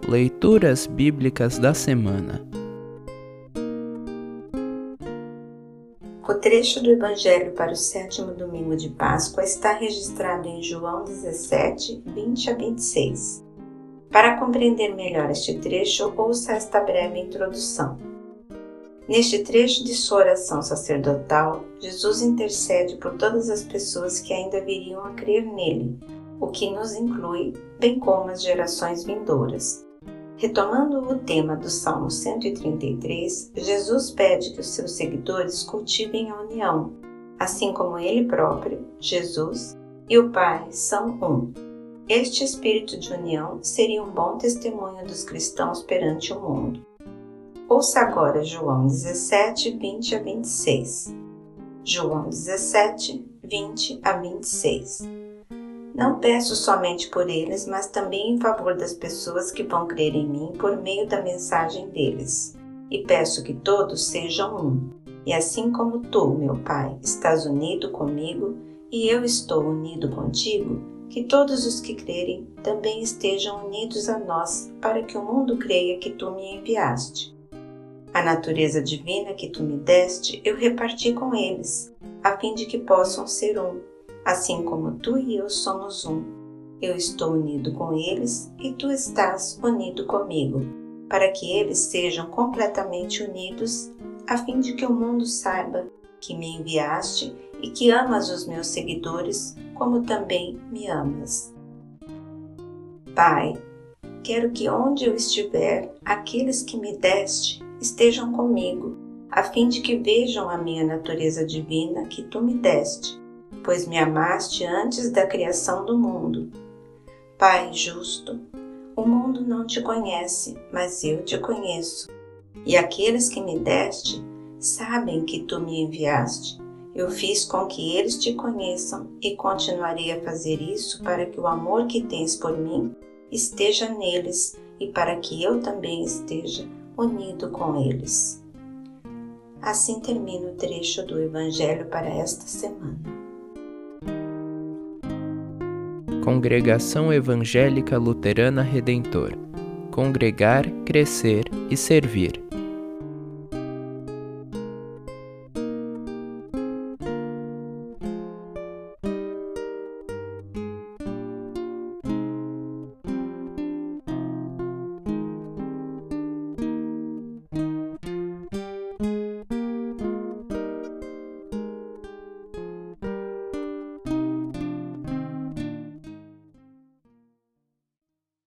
Leituras Bíblicas da Semana. O trecho do Evangelho para o 7º domingo de Páscoa está registrado em João 17, 20 a 26. Para compreender melhor este trecho, ouça esta breve introdução. Neste trecho de sua oração sacerdotal, Jesus intercede por todas as pessoas que ainda viriam a crer nele, o que nos inclui, bem como as gerações vindouras. Retomando o tema do Salmo 133, Jesus pede que os seus seguidores cultivem a união, assim como ele próprio, Jesus, e o Pai são um. Este espírito de união seria um bom testemunho dos cristãos perante o mundo. Ouça agora João 17, 20 a 26. João 17, 20 a 26. Não peço somente por eles, mas também em favor das pessoas que vão crer em mim por meio da mensagem deles. E peço que todos sejam um. E assim como tu, meu Pai, estás unido comigo e eu estou unido contigo, que todos os que crerem também estejam unidos a nós, para que o mundo creia que tu me enviaste. A natureza divina que tu me deste, eu reparti com eles, a fim de que possam ser um. Assim como tu e eu somos um, eu estou unido com eles e tu estás unido comigo, para que eles sejam completamente unidos, a fim de que o mundo saiba que me enviaste e que amas os meus seguidores, como também me amas. Pai, quero que onde eu estiver, aqueles que me deste estejam comigo, a fim de que vejam a minha natureza divina que tu me deste, pois me amaste antes da criação do mundo. Pai justo, o mundo não te conhece, mas eu te conheço. E aqueles que me deste sabem que tu me enviaste. Eu fiz com que eles te conheçam e continuarei a fazer isso para que o amor que tens por mim esteja neles e para que eu também esteja unido com eles. Assim termina o trecho do Evangelho para esta semana. Congregação Evangélica Luterana Redentor. Congregar, crescer e servir.